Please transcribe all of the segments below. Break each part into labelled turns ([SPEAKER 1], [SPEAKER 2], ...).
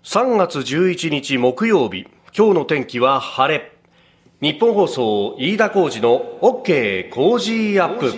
[SPEAKER 1] 3月11日木曜日、今日の天気は晴れ。日本放送飯田浩司の OK 工事アップ。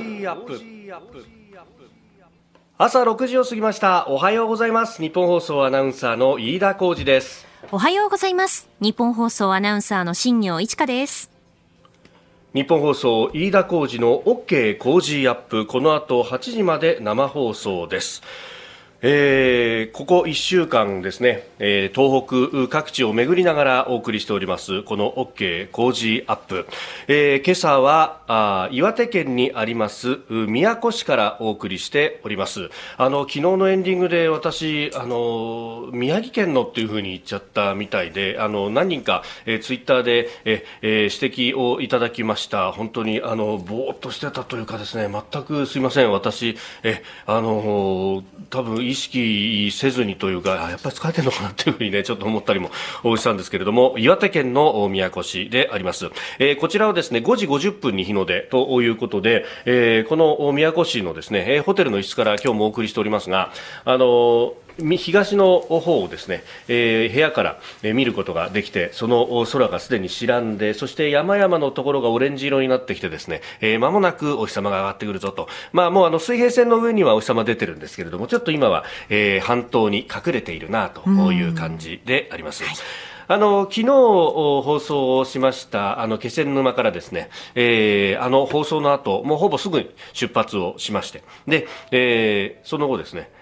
[SPEAKER 1] 朝6時を過ぎました。おはようございます。日本放送アナウンサーの飯田浩司です。
[SPEAKER 2] おはようございます。日本放送アナウンサーの新業一華です。
[SPEAKER 1] 日本放送飯田浩司の OK 工事アップ、この後8時まで生放送です。ここ1週間ですね、東北各地を巡りながらお送りしておりますこの OK 工事アップ、今朝は岩手県にあります宮古市からお送りしております。昨日のエンディングで私宮城県のっていう風に言っちゃったみたいで、何人か、ツイッターで、指摘をいただきました。本当にぼーっとしてたというかですね、全くすいません。私多分意識せずにというか、やっぱり疲れてるのかなというふうにね、ちょっと思ったりもしたんですけれども、岩手県の宮古市であります。こちらはですね、5時50分に日の出ということで、この宮古市のですね、ホテルの一室から今日もお送りしておりますが、東の方をですね、部屋から見ることができて、その空がすでに白んで、そして山々のところがオレンジ色になってきてですね、間もなくお日様が上がってくるぞと。もう水平線の上にはお日様出てるんですけれども、ちょっと今は、半島に隠れているなという感じであります。昨日放送をしました気仙沼からですね、放送の後もうほぼすぐに出発をしまして、で、その後ですね、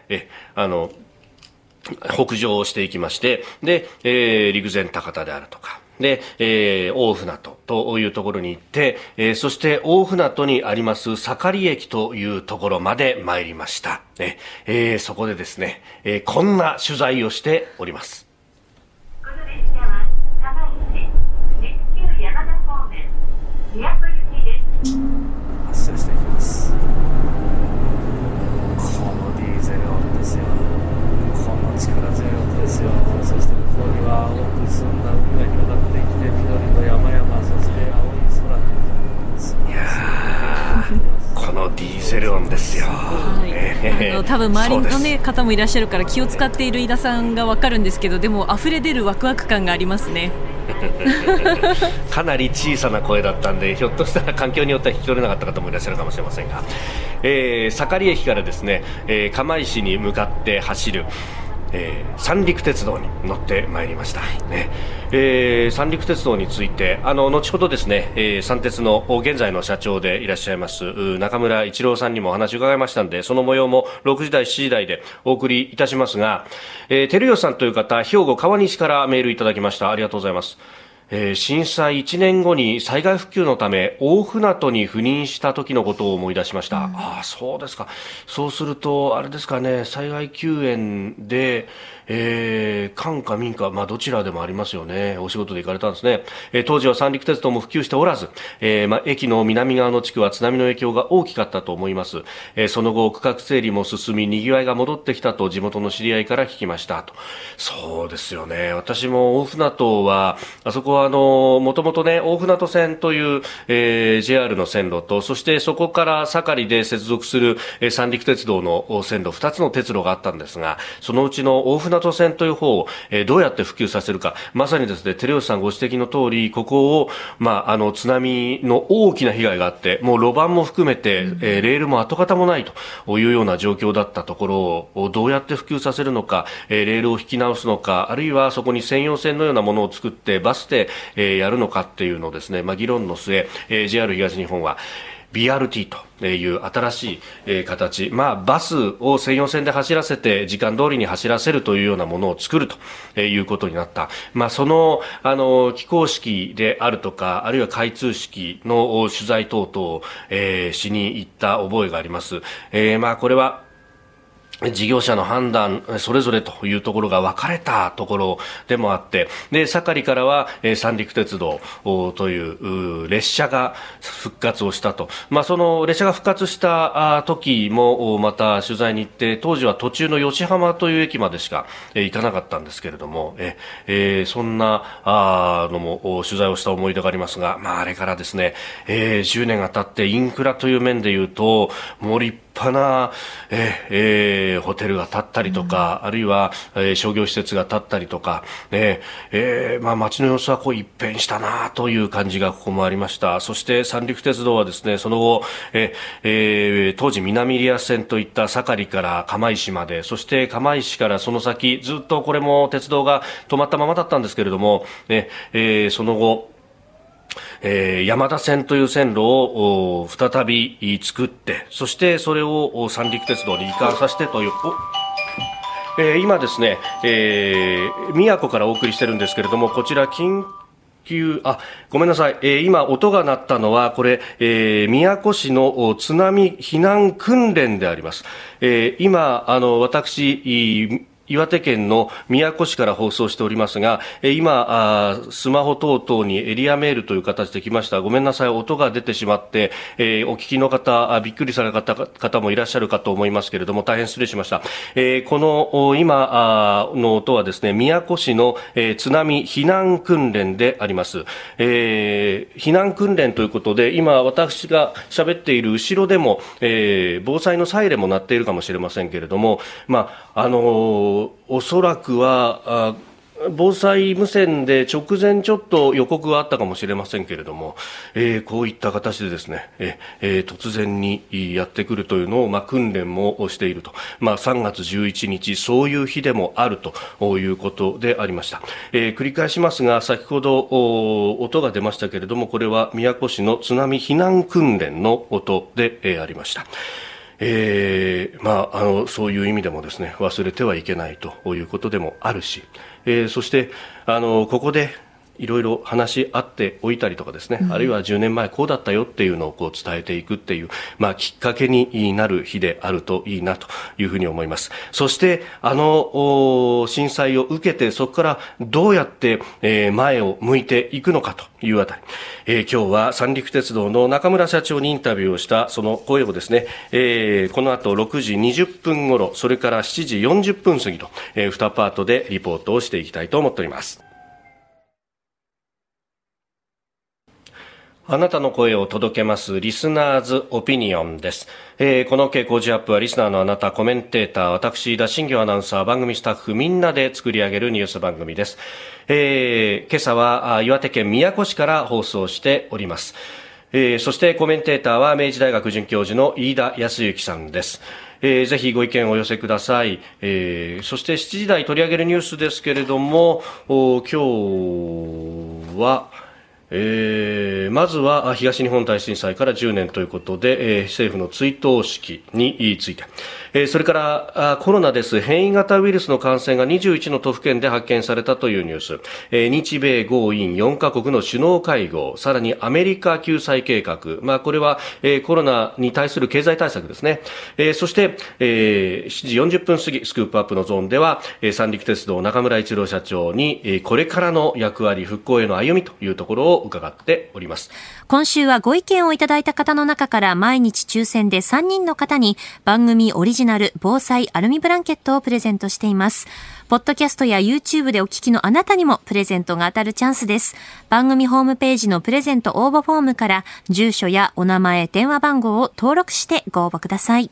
[SPEAKER 1] 北上をしていきまして、で、陸前高田であるとかで、大船渡というところに行って、そして大船渡にあります盛り駅というところまで参りました。そこでですね、こんな取材をしております。
[SPEAKER 3] この列車は釜石熱中山田方面宮古行きです。
[SPEAKER 4] 発車していきます。このディーゼル音ですよ。この力強い音ですよ。そして向こうには青く澄んだ海が広がってきて、緑の山々、そして青い空。
[SPEAKER 1] いやー、このディーゼル音ですよ。
[SPEAKER 2] 多分周りの、ね、方もいらっしゃるから気を使っている飯田さんが分かるんですけど、でも溢れ出るワクワク感がありますね。
[SPEAKER 1] かなり小さな声だったんで、ひょっとしたら環境によっては聞き取れなかった方もいらっしゃるかもしれませんが、盛り駅からですね、釜石に向かって走る三陸鉄道に乗ってまいりました、三陸鉄道について後ほどですね、三鉄の現在の社長でいらっしゃいます中村一郎さんにもお話を伺いましたので、その模様も6時台7時台でお送りいたしますが、照吉さんという方、兵庫川西からメールいただきました。ありがとうございます。震災1年後に災害復旧のため大船渡に赴任した時のことを思い出しました。そうですか。そうするとあれですかね、災害救援で、官か民か、どちらでもありますよね。お仕事で行かれたんですね。当時は三陸鉄道も普及しておらず、駅の南側の地区は津波の影響が大きかったと思います。その後区画整理も進み、賑わいが戻ってきたと地元の知り合いから聞きましたと。そうですよね。私も大船渡は、あそこはもともとね、大船渡線という、JR の線路と、そしてそこから盛りで接続する、三陸鉄道の線路、2つの鉄路があったんですが、そのうちの大船渡線という方を、どうやって普及させるか、まさにですね、照吉さんご指摘の通り、ここを、津波の大きな被害があって、もう路盤も含めて、レールも跡形もないというような状況だったところを、どうやって普及させるのか、レールを引き直すのか、あるいはそこに専用線のようなものを作ってバスでやるのかっていうのをですね、議論の末、JR 東日本はBRT という新しい形、バスを専用線で走らせて時間通りに走らせるというようなものを作るということになった。その起工式であるとか、あるいは開通式の取材等々をしに行った覚えがあります。これは事業者の判断それぞれというところが分かれたところでもあって、で盛りからは三陸鉄道という列車が復活をしたと。その列車が復活した時もまた取材に行って、当時は途中の吉浜という駅までしか行かなかったんですけれども、そんなのも取材をした思い出がありますが、あれからですね、10年が経ってインフラという面でいうともう立派な、ホテルが建ったりとか、あるいは、商業施設が建ったりとか、街の様子は一変したなという感じがここもありました。そして三陸鉄道はですね、その後、当時南リアス線といった盛から釜石まで、そして釜石からその先ずっとこれも鉄道が止まったままだったんですけれども、その後山田線という線路を再び作って、そしてそれを三陸鉄道に移管させてという、今ですね、宮古からお送りしてるんですけれども、こちらごめんなさい、今音が鳴ったのはこれ、宮古市の津波避難訓練であります。今私岩手県の宮古市から放送しておりますが、今スマホ等々にエリアメールという形で来ました。ごめんなさい、音が出てしまって、お聞きの方びっくりされた方もいらっしゃるかと思いますけれども、大変失礼しました。この今の音はですね、宮古市の、津波避難訓練であります。避難訓練ということで、今私が喋っている後ろでも、防災のサイレンも鳴っているかもしれませんけれども、おそらくは防災無線で直前ちょっと予告があったかもしれませんけれども、こういった形でですね、突然にやってくるというのを、訓練もしていると、3月11日そういう日でもあるということでありました。繰り返しますが、先ほど音が出ましたけれども、これは宮古市の津波避難訓練の音でありました。そういう意味でもですね、忘れてはいけないということでもあるし、そしてここでいろいろ話し合っておいたりとかですね、あるいは10年前こうだったよっていうのを伝えていくっていう、きっかけになる日であるといいなというふうに思います。そして震災を受けて、そこからどうやって前を向いていくのかというあたり、今日は三陸鉄道の中村社長にインタビューをしたその声をですね、この後6時20分頃、それから7時40分過ぎと、2パートでリポートをしていきたいと思っております。あなたの声を届けますリスナーズオピニオンです。この傾向時アップはリスナーのあなた、コメンテーター、私田新行アナウンサー、番組スタッフみんなで作り上げるニュース番組です。今朝は岩手県宮古市から放送しております。そしてコメンテーターは明治大学准教授の飯田康之さんです。ぜひご意見をお寄せください。そして7時台取り上げるニュースですけれども、今日はまずは東日本大震災から10年ということで、政府の追悼式について、それからコロナです。変異型ウイルスの感染が21の都府県で発見されたというニュース、日米豪印4カ国の首脳会合、さらにアメリカ救済計画、これは、コロナに対する経済対策ですね。そして、7時40分過ぎスクープアップのゾーンでは、三陸鉄道中村一郎社長に、これからの役割復興への歩みというところを伺っております。
[SPEAKER 2] 今週はご意見をいただいた方の中から毎日抽選で3人の方に番組オリジナル防災アルミブランケットをプレゼントしています。ポッドキャストや YouTube でお聞きのあなたにもプレゼントが当たるチャンスです。番組ホームページのプレゼント応募フォームから住所やお名前、電話番号を登録してご応募ください。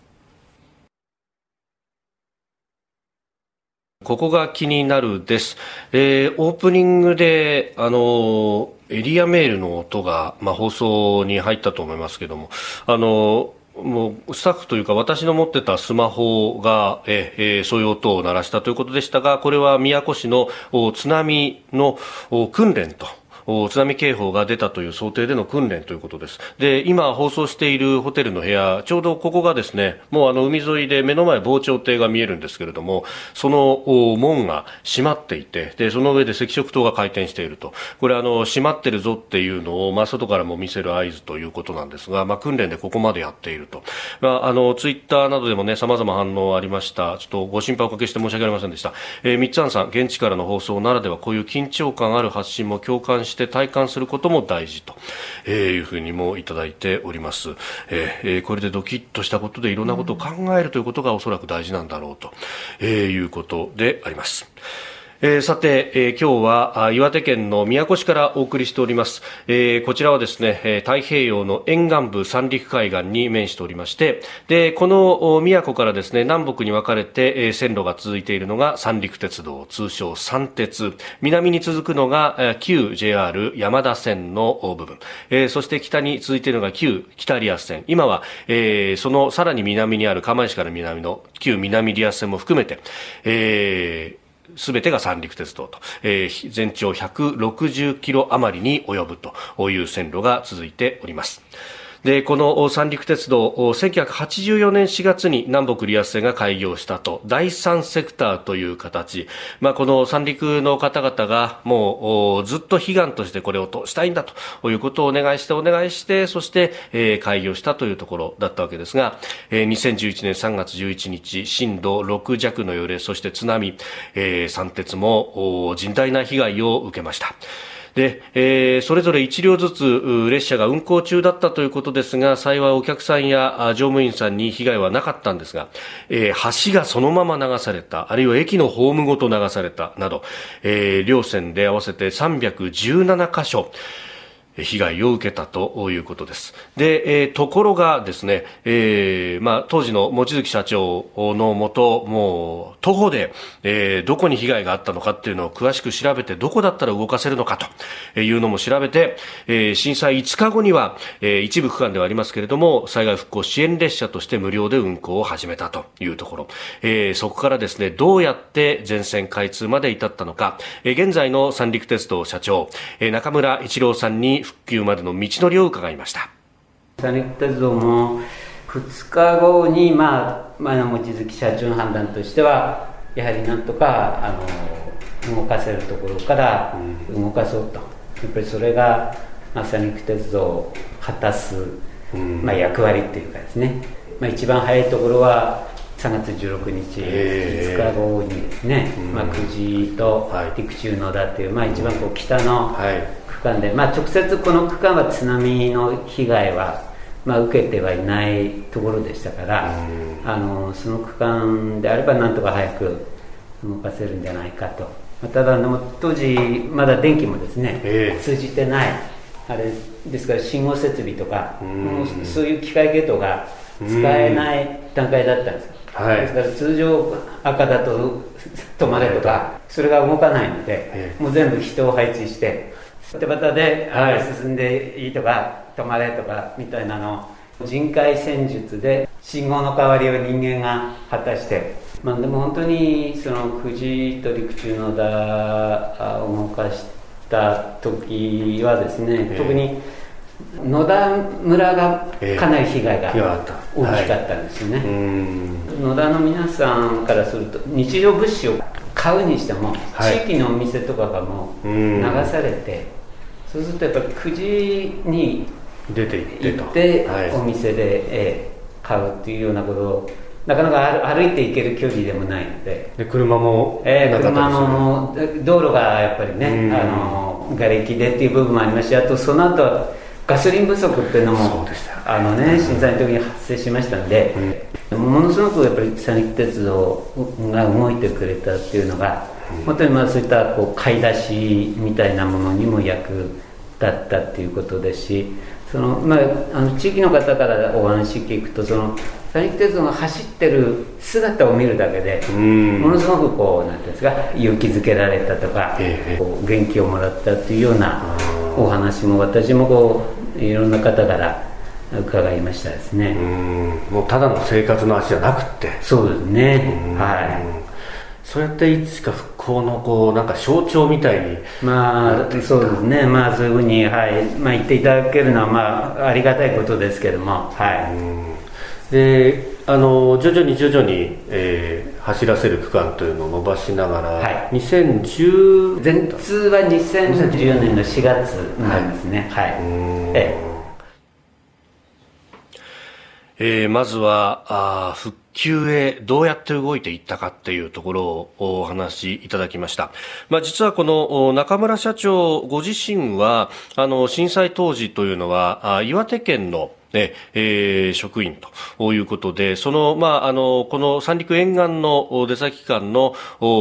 [SPEAKER 1] ここが気になるです。オープニングでエリアメールの音が、放送に入ったと思いますけども、もうスタッフというか私の持ってたスマホが、そういう音を鳴らしたということでしたが、これは宮古市の津波の訓練と、津波警報が出たという想定での訓練ということです。で、今放送しているホテルの部屋、ちょうどここがですね、もう海沿いで目の前防潮堤が見えるんですけれども、その門が閉まっていて、でその上で赤色灯が回転していると、これ閉まってるぞっていうのを、外からも見せる合図ということなんですが、訓練でここまでやっていると、ツイッターなどでもね、様々反応ありました。ちょっとご心配おかけして申し訳ありませんでした。みっつあんさん、現地からの放送ならではこういう緊張感ある発信も共感して体感することも大事と、いうふうにもいただいております。これでドキッとしたことでいろんなことを考えるということがおそらく大事なんだろうと、いうことであります。 さて、今日は岩手県の宮古市からお送りしております。こちらはですね、太平洋の沿岸部三陸海岸に面しておりまして、でこの宮古からですね、南北に分かれて、線路が続いているのが三陸鉄道、通称三鉄。南に続くのが旧 JR 山田線の部分、そして北に続いているのが旧北リアス線。今は、そのさらに南にある釜石から南の旧南リアス線も含めて、すべてが三陸鉄道と、全長160キロ余りに及ぶという線路が続いております。でこの三陸鉄道、1984年4月に南北リアス線が開業したと、第三セクターという形、この三陸の方々がもうずっと悲願としてこれを通したいんだということをお願いして、そして、開業したというところだったわけですが、2011年3月11日震度6弱の揺れ、そして津波、三鉄も甚大な被害を受けました。で、それぞれ1両ずつ列車が運行中だったということですが、幸いお客さんや乗務員さんに被害はなかったんですが、橋がそのまま流された、あるいは駅のホームごと流されたなど、両線で合わせて317箇所被害を受けたということです。で、ところがですね、当時の望月社長のもと、もう徒歩で、どこに被害があったのかっていうのを詳しく調べて、どこだったら動かせるのかというのも調べて、震災5日後には、一部区間ではありますけれども、災害復興支援列車として無料で運行を始めたというところ、そこからですね、どうやって全線開通まで至ったのか、現在の三陸鉄道社長、中村一郎さんに復旧までの道のりを伺いました。
[SPEAKER 5] 三陸鉄道も2日後に、望月社長の判断としては、やはりなんとか動かせるところから動かそうと、やっぱりそれが、三陸鉄道を果たす、役割っていうかですね、一番早いところは3月16日、5日後にですね、久慈と陸中野田っていう、一番北の区間で、直接この区間は津波の被害は、受けてはいないところでしたから、その区間であればなんとか早く動かせるんじゃないかと。ただ当時まだ電気もですね、通じてないあれですから、信号設備とか、そういう機械系統が使えない段階だったんですよ。ですから通常赤だと止まれとか、それが動かないので、もう全部人を配置してバタバタで進んでいいとか止まれとかみたいなのを人海戦術で信号の代わりを人間が果たして、でも本当にその久慈と陸中野田を動かした時はですね、特に野田村がかなり被害が大きかったんですよね。野田の皆さんからすると、日常物資を買うにしても、地域のお店とかがもう流されて、そうするとやっぱり9時に
[SPEAKER 1] 出て
[SPEAKER 5] 行ってお店で買うっていうようなことを、なかなか歩いて行ける距離でもないので、
[SPEAKER 1] 車も
[SPEAKER 5] 道路がやっぱりね、瓦礫でっていう部分もありますし、あとその後ガソリン不足っていうのも震災の時に発生しましたんで、ものすごくやっぱり三陸鉄道が動いてくれたっていうのが、本当にそういった買い出しみたいなものにも役立ったっていうことですし、地域の方からお話聞くと、三陸鉄道が走ってる姿を見るだけで、ものすごくなんていうんですか、勇気づけられたとか、元気をもらったっていうようなお話も私もいろんな方から伺いましたですね。
[SPEAKER 1] もうただの生活の足じゃなくて。
[SPEAKER 5] そうですね。
[SPEAKER 1] そうやっていつしか復興のなんか象徴みたいに、
[SPEAKER 5] そうですね。そういうふうに、言っていただけるのはありがたいことですけども、
[SPEAKER 1] で徐々に、走らせる区間というのを伸ばしながら、2010
[SPEAKER 5] 全通は2010年の4月なんですね。
[SPEAKER 1] まずは復旧へどうやって動いていったかっていうところをお話しいただきました。実はこの中村社長ご自身は震災当時というのは岩手県の職員ということで、その、この三陸沿岸の出先機関の、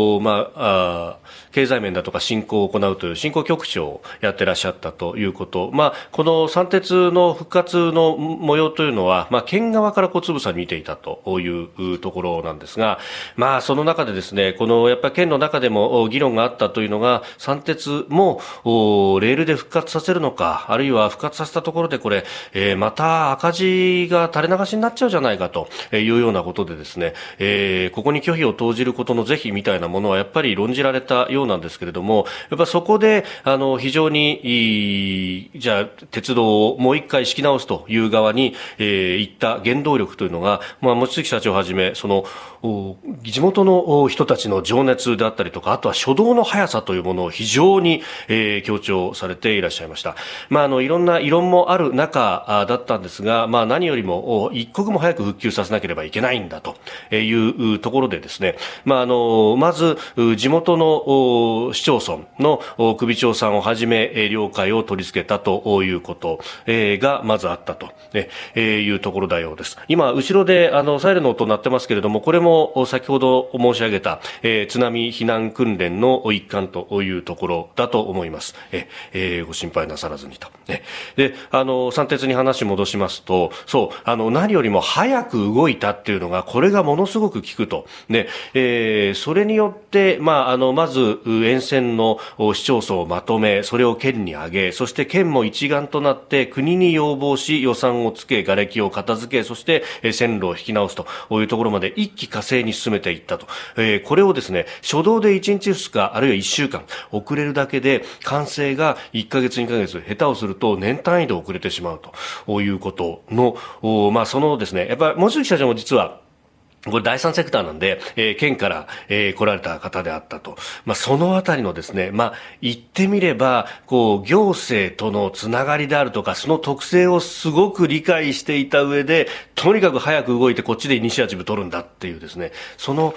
[SPEAKER 1] 経済面だとか振興を行うという振興局長をやってらっしゃったということ、この三鉄の復活の模様というのは、県側からつぶさに見ていたというところなんですが、その中でですね、このやっぱり県の中でも議論があったというのが、三鉄もレールで復活させるのか、あるいは復活させたところでこれ、また赤字が垂れ流しになっちゃうじゃないかというようなことでですね、ここに拒否を投じることの是非みたいなものはやっぱり論じられたようなんですけれども、やっぱそこで非常にじゃあ鉄道をもう一回敷き直すという側に、行った原動力というのが、望月社長をはじめその地元の人たちの情熱であったりとか、あとは初動の速さというものを非常に、強調されていらっしゃいました。いろんな異論もある中だったんですが、何よりも一刻も早く復旧させなければいけないんだというところでですね、まず地元の市町村の首長さんをはじめ了解を取り付けたということがまずあったというところだようです。今後ろでサイレンの音鳴ってますけれども、これも先ほど申し上げた津波避難訓練の一環というところだと思います。ご心配なさらずにと。で、三鉄に話戻しますと、何よりも早く動いたっていうのが、これがものすごく効くと。それによって、まず沿線の市町村をまとめ、それを県に挙げ、そして県も一丸となって国に要望し、予算をつけ、瓦礫を片付け、そして線路を引き直すというところまで一気呵成に進めていったと。これをですね、初動で1日2日、あるいは1週間遅れるだけで、完成が1ヶ月2ヶ月、下手をすると年単位で遅れてしまうということの、そのですね、やっぱり望月社長も実はこれ第三セクターなんで、県から、来られた方であったと。そのあたりのですね、言ってみれば、行政とのつながりであるとか、その特性をすごく理解していた上で、とにかく早く動いてこっちでイニシアチブ取るんだっていうですね、その、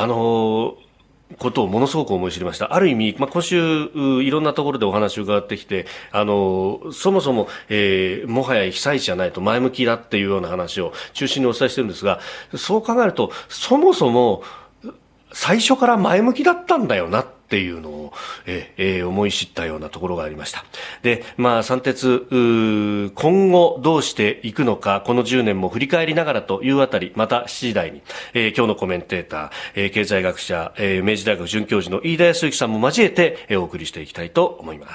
[SPEAKER 1] ことをものすごく思い知りました。ある意味、今週いろんなところでお話を伺ってきて、そもそも、もはや被災地じゃないと前向きだっていうような話を中心にお伝えしてるんですが、そう考えるとそもそも最初から前向きだったんだよなっていうのを、思い知ったようなところがありました。で、三鉄今後どうしていくのか、この10年も振り返りながらというあたり、また7時台に、今日のコメンテーター、経済学者、明治大学准教授の飯田康之さんも交えて、お送りしていきたいと思います。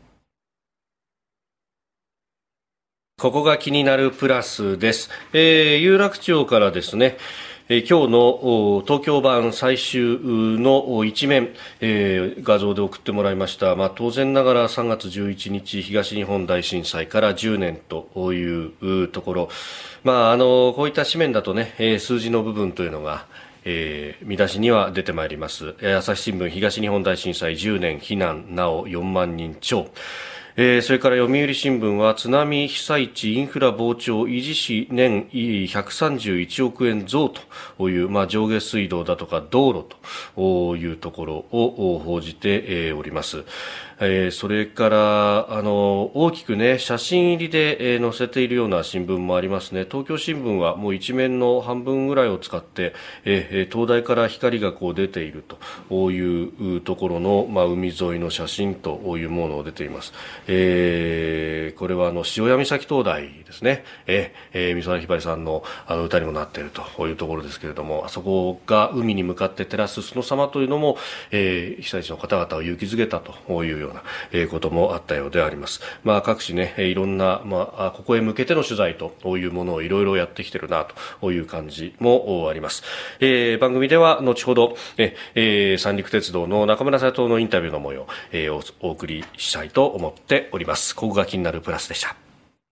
[SPEAKER 1] ここが気になるプラスです。有楽町からですね、今日の東京版最終の一面、画像で送ってもらいました。当然ながら3月11日東日本大震災から10年というところ、こういった紙面だとね、数字の部分というのが見出しには出てまいります。朝日新聞、東日本大震災10年避難なお4万人超。それから読売新聞は津波被災地インフラ膨張維持費年131億円増という、上下水道だとか道路というところを報じております。それから大きくね、写真入りで載せているような新聞もありますね。東京新聞はもう一面の半分ぐらいを使って灯台から光が出ているというところの、海沿いの写真というものを出ています。これは塩谷岬灯台ですね。美空ひばりさんの歌にもなっているというところですけれども、あそこが海に向かって照らすその様というのも、被災地の方々を勇気づけたというようなこともあったようであります。各種ね、いろんな、ここへ向けての取材というものをいろいろやってきてるなという感じもあります。番組では後ほど三陸鉄道の中村佐藤のインタビューの模様をお送りしたいと思っております。ここが気になるプラスでした。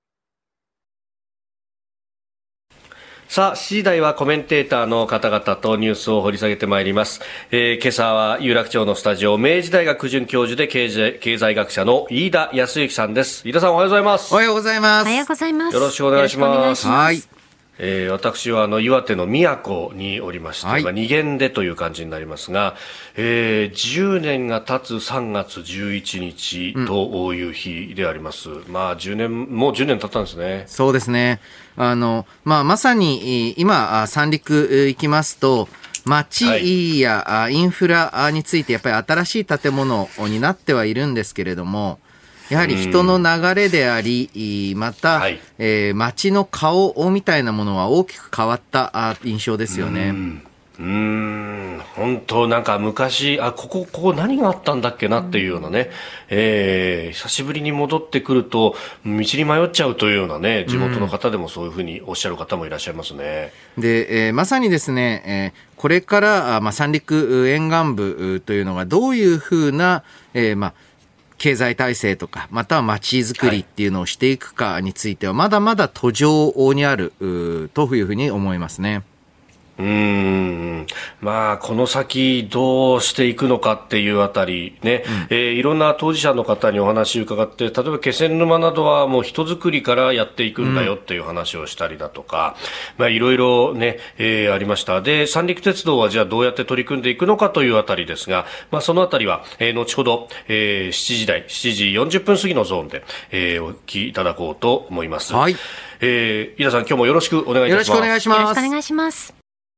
[SPEAKER 1] さあ、7時台はコメンテーターの方々とニュースを掘り下げてまいります。今朝は有楽町のスタジオ、明治大学准教授で経済学者の飯田康之さんです。飯田さん、おはようございます。
[SPEAKER 6] おはようございます。
[SPEAKER 2] おはようございます。
[SPEAKER 1] よろしくお願いします。
[SPEAKER 6] はい。
[SPEAKER 1] 私は岩手の宮古におりまして、2限でという感じになりますが、10年が経つ3月11日という日であります。もう10年経ったんですね。
[SPEAKER 6] そうですね。まさに今三陸行きますと、街やインフラについてやっぱり新しい建物になってはいるんですけれども、やはり人の流れであり、また、街の顔みたいなものは大きく変わった印象ですよね。
[SPEAKER 1] 本当なんか昔、ここ何があったんだっけなっていうようなね、久しぶりに戻ってくると道に迷っちゃうというようなね、地元の方でもそういうふうにおっしゃる方もいらっしゃいますね。
[SPEAKER 6] で、まさにですね、これから三陸沿岸部というのがどういうふうな、経済体制とか、または街づくりっていうのをしていくかについては、まだまだ途上にあるというふうに思いますね。
[SPEAKER 1] この先どうしていくのかっていうあたりね、いろんな当事者の方にお話を伺って、例えば気仙沼などはもう人づくりからやっていくんだよっていう話をしたりだとか、いろいろね、ありました。で、三陸鉄道はじゃあどうやって取り組んでいくのかというあたりですが、そのあたりは、後ほど、7時40分過ぎのゾーンで、お聞きいただこうと思います。はい。井田さん、今日もよろしくお願いいたします。
[SPEAKER 2] よろしくお願いします。よろしくお願いします。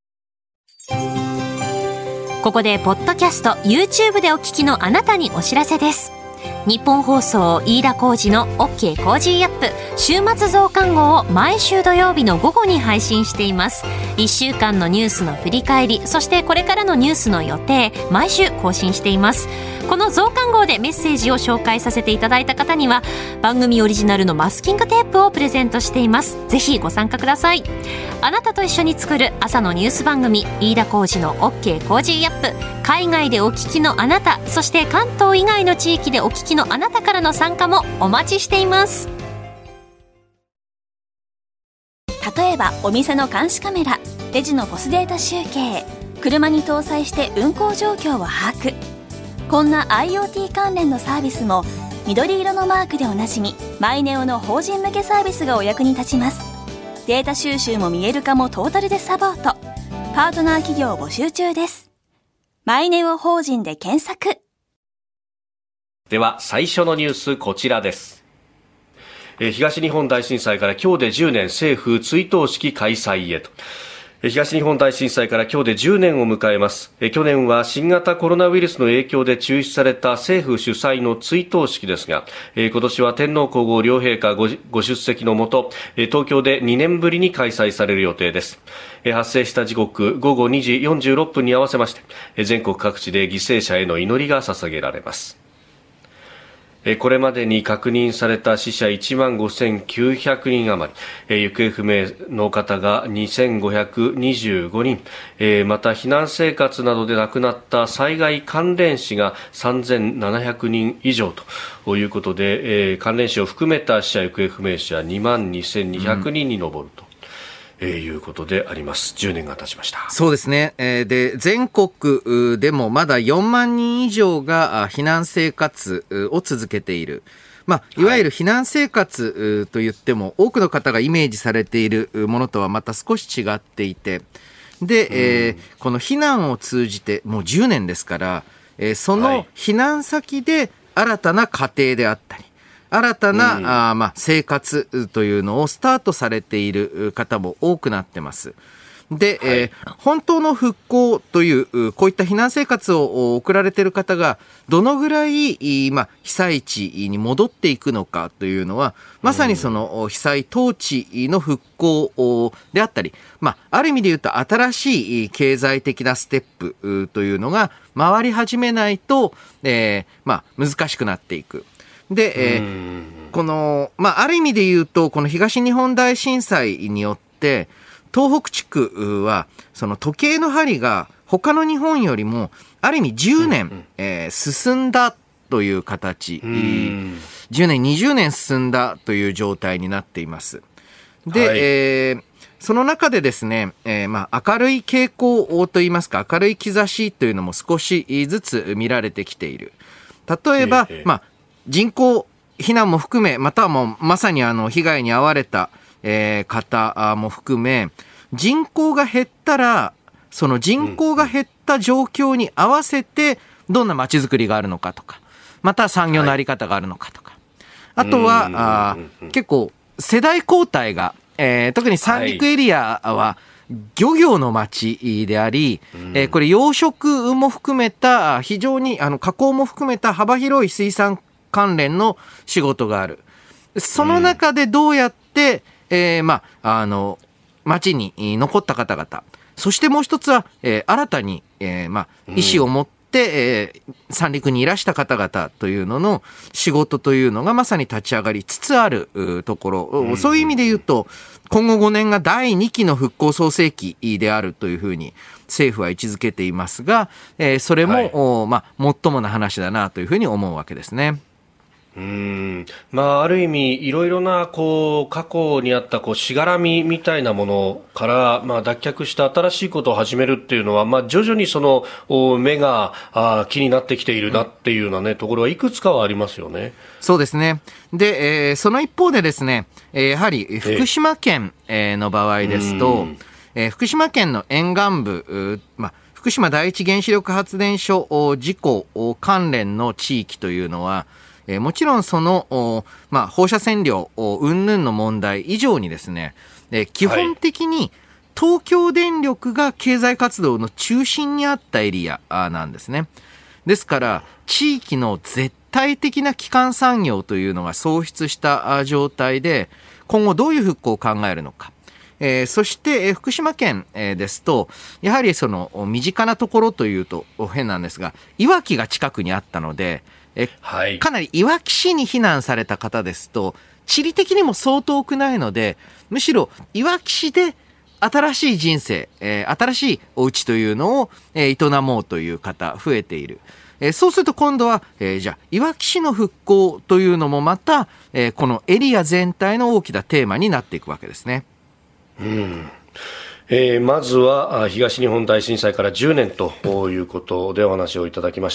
[SPEAKER 2] ここでポッドキャスト YouTube でお聞きのあなたにお知らせです。日本放送飯田浩司の OK コージーアップ週末増刊号を毎週土曜日の午後に配信しています。1週間のニュースの振り返り、そしてこれからのニュースの予定、毎週更新しています。この増刊号でメッセージを紹介させていただいた方には番組オリジナルのマスキングテープをプレゼントしています。ぜひご参加ください。あなたと一緒に作る朝のニュース番組飯田浩司の OK コージーアップ、海外でお聞きのあなた、そして関東以外の地域でお聞きのあなたからの参加もお待ちしています。
[SPEAKER 7] 例えばお店の監視カメラ、レジのポスデータ集計、車に搭載して運行状況を把握。こんな IoT 関連のサービスも緑色のマークでおなじみマイネオの法人向けサービスがお役に立ちます。データ収集も見える化もトータルでサポート。パートナー企業募集中です。マイネオ法人で検索。
[SPEAKER 1] では最初のニュース、こちらです。東日本大震災から今日で10年、政府追悼式開催へと。東日本大震災から今日で10年を迎えます。去年は新型コロナウイルスの影響で中止された政府主催の追悼式ですが、今年は天皇皇后両陛下ご出席のもと、東京で2年ぶりに開催される予定です。発生した時刻午後2時46分に合わせまして、全国各地で犠牲者への祈りが捧げられます。これまでに確認された死者15,900人余り、行方不明の方が2,525人、また避難生活などで亡くなった災害関連死が3,700人以上ということで、関連死を含めた死者行方不明者22,200人に上ると。いうことであります。10年が経ちました。
[SPEAKER 6] そうですね。で、全国でもまだ4万人以上が避難生活を続けている。いわゆる避難生活といっても多くの方がイメージされているものとはまた少し違っていて、で、この避難を通じてもう10年ですから、その避難先で新たな家庭であったり、新たな、生活というのをスタートされている方も多くなってます。で、本当の復興という、こういった避難生活を送られている方が、どのぐらい、被災地に戻っていくのかというのは、まさにその被災当地の復興であったり、ある意味で言うと新しい経済的なステップというのが回り始めないと、難しくなっていく。で、この、ある意味で言うと、この東日本大震災によって、東北地区は、その時計の針が他の日本よりも、ある意味10年、進んだという形、10年、20年進んだという状態になっています。で、その中でですね、明るい傾向といいますか、明るい兆しというのも少しずつ見られてきている。例えば、人口避難も含め、またはもうまさに被害に遭われた方も含め、人口が減ったら、その人口が減った状況に合わせて、どんな街づくりがあるのかとか、また産業のあり方があるのかとか。あとは、結構、世代交代が、特に三陸エリアは、漁業の町であり、これ養殖も含めた、非常に加工も含めた幅広い水産関連の仕事がある。その中でどうやって、町に残った方々、そしてもう一つは、新たに、意思を持って、三陸にいらした方々というのの仕事というのがまさに立ち上がりつつあるところ、そういう意味で言うと、今後5年が第2期の復興創生期であるというふうに政府は位置づけていますが、それも、最もな話だなというふうに思うわけですね。
[SPEAKER 1] ある意味いろいろな過去にあったしがらみみたいなものから、脱却して新しいことを始めるっていうのは、徐々にその目が気になってきているなっていうようなところはいくつかはありますよね。
[SPEAKER 6] そうですね。で、その一方でですね、やはり福島県の場合ですと、福島県の沿岸部、福島第一原子力発電所事故関連の地域というのは、もちろんその、放射線量云々の問題以上にですね、基本的に東京電力が経済活動の中心にあったエリアなんですね。ですから地域の絶対的な基幹産業というのが喪失した状態で、今後どういう復興を考えるのか。そして、福島県、ですと、やはりその身近なところというと変なんですが、いわきが近くにあったので、かなりいわき市に避難された方ですと、地理的にも相当遠くないので、むしろいわき市で新しい人生、新しいお家というのを、営もうという方増えている。そうすると今度は、じゃあいわき市の復興というのもまた、このエリア全体の大きなテーマになっていくわけですね。
[SPEAKER 1] まずは東日本大震災から10年ということでお話をいただきました。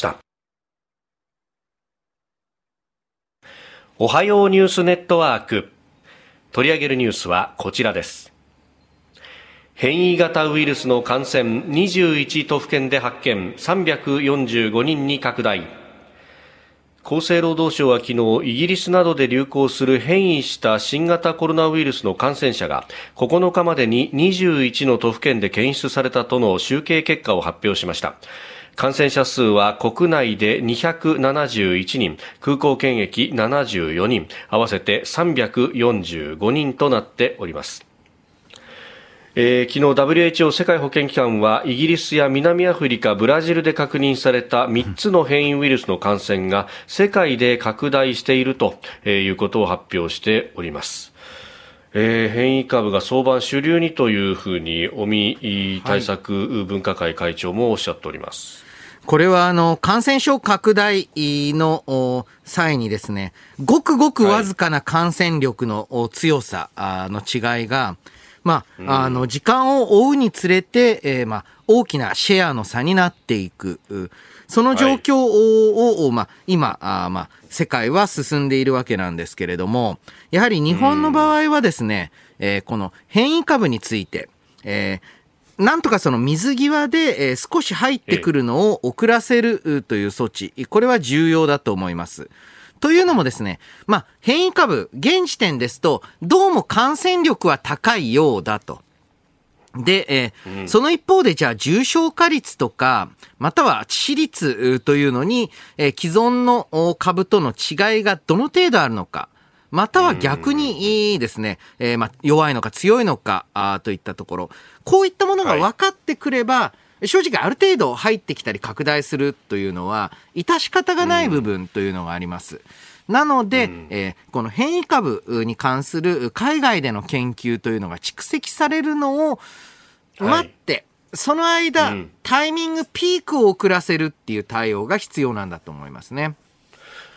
[SPEAKER 1] おはようニュースネットワーク、取り上げるニュースはこちらです。変異型ウイルスの感染21都府県で発見、345人に拡大。厚生労働省は昨日、イギリスなどで流行する変異した新型コロナウイルスの感染者が9日までに21の都府県で検出されたとの集計結果を発表しました。感染者数は国内で271人、空港検疫74人、合わせて345人となっております。昨日 WHO 世界保健機関はイギリスや南アフリカ、ブラジルで確認された3つの変異ウイルスの感染が世界で拡大しているということを発表しております。変異株が早晩主流にというふうに尾身対策分科会会長もおっしゃっております。
[SPEAKER 6] これは感染症拡大の際にですね、ごくごくわずかな感染力の強さの違いが、時間を追うにつれて、大きなシェアの差になっていく。その状況を、今、世界は進んでいるわけなんですけれども、やはり日本の場合はですね、この変異株について、なんとかその水際で少し入ってくるのを遅らせるという措置、これは重要だと思います。というのもですね、変異株、現時点ですと、どうも感染力は高いようだと。で、その一方でじゃあ重症化率とか、または致死率というのに、既存の株との違いがどの程度あるのか。または逆にですね、弱いのか強いのかといったところ、こういったものが分かってくれば、正直ある程度入ってきたり拡大するというのは致し方がない部分というのがあります。なので、この変異株に関する海外での研究というのが蓄積されるのを待って、その間、タイミングピークを遅らせるっていう対応が必要なんだと思いますね。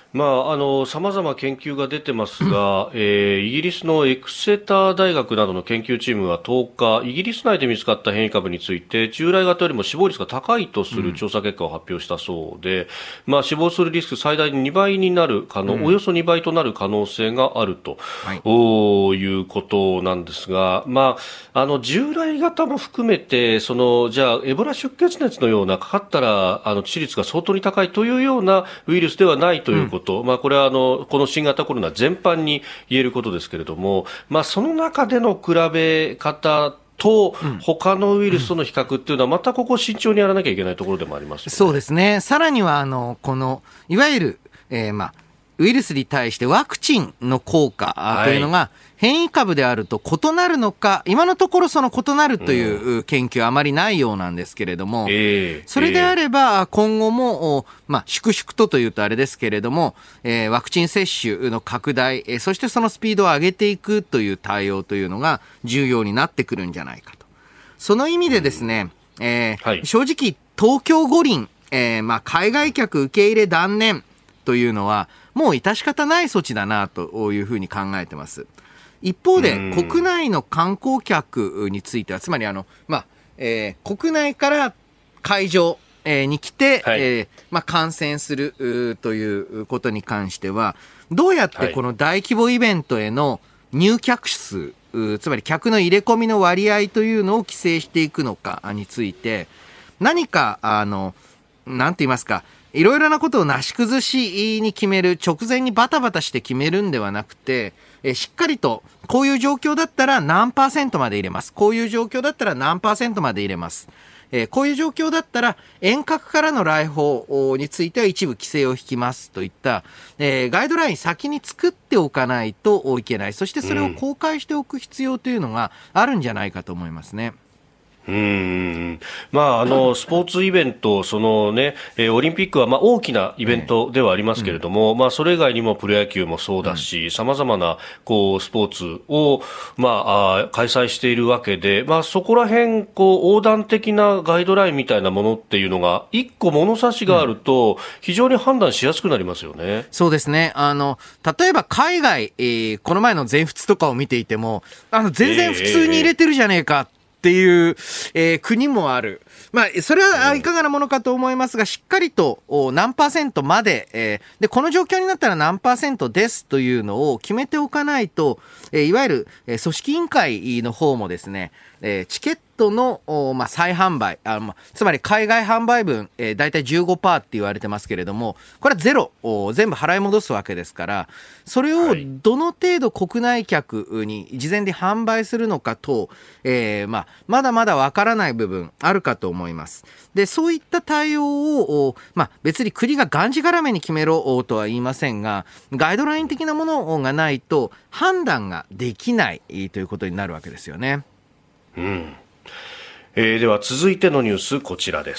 [SPEAKER 1] 様々研究が出てますが、イギリスのエクセター大学などの研究チームは10日、イギリス内で見つかった変異株について、従来型よりも死亡率が高いとする調査結果を発表したそうで、死亡するリスク最大に2倍になるおよそ2倍となる可能性があると、いうことなんですが、従来型も含めて、じゃあ、エボラ出血熱のような、かかったら、致死率が相当に高いというようなウイルスではないということ、これはこの新型コロナ全般に言えることですけれども、その中での比べ方と他のウイルスとの比較っていうのはまたここ慎重にやらなきゃいけないところでもありますよね。
[SPEAKER 6] そうですね。さらにはこのいわゆる、ウイルスに対してワクチンの効果というのが変異株であると異なるのか、今のところその異なるという研究はあまりないようなんですけれども、それであれば今後も、粛々というとあれですけれども、ワクチン接種の拡大、そしてそのスピードを上げていくという対応というのが重要になってくるんじゃないかと。その意味でですね、正直東京五輪、海外客受け入れ断念というのはもう致し方ない措置だなというふうに考えてます。一方で国内の観光客については、つまり国内から会場に来て、感染するということに関しては、どうやってこの大規模イベントへの入客数、つまり客の入れ込みの割合というのを規制していくのかについて、何かなんて言いますか、いろいろなことをなし崩しに決める、直前にバタバタして決めるんではなくて、しっかりとこういう状況だったら何%まで入れます。こういう状況だったら何%まで入れます。こういう状況だったら遠隔からの来訪については一部規制を引きますといった、ガイドライン先に作っておかないといけない。そしてそれを公開しておく必要というのがあるんじゃないかと思いますね。
[SPEAKER 1] スポーツイベント、オリンピックは大きなイベントではありますけれども、それ以外にもプロ野球もそうだし、様々なスポーツを開催しているわけで、そこら辺横断的なガイドラインみたいなものっていうのが一個物差しがあると非常に判断しやすくなりますよね。
[SPEAKER 6] そうですね。例えば海外、この前の全仏とかを見ていても、全然普通に入れてるじゃねえかっていう、国もある。それはいかがなものかと思いますが、しっかりと何%まで、で、この状況になったら何%ですというのを決めておかないと、いわゆる組織委員会の方もですね、チケットの再販売、つまり海外販売分、だいたい 15% って言われてますけれども、これはゼロ全部払い戻すわけですから、それをどの程度国内客に事前に販売するのかと、まだまだわからない部分あるかと思います。で、そういった対応を、別に国ががんじがらめに決めろとは言いませんが、ガイドライン的なものがないと判断ができないということになるわけですよね。
[SPEAKER 1] では続いてのニュース、こちらです。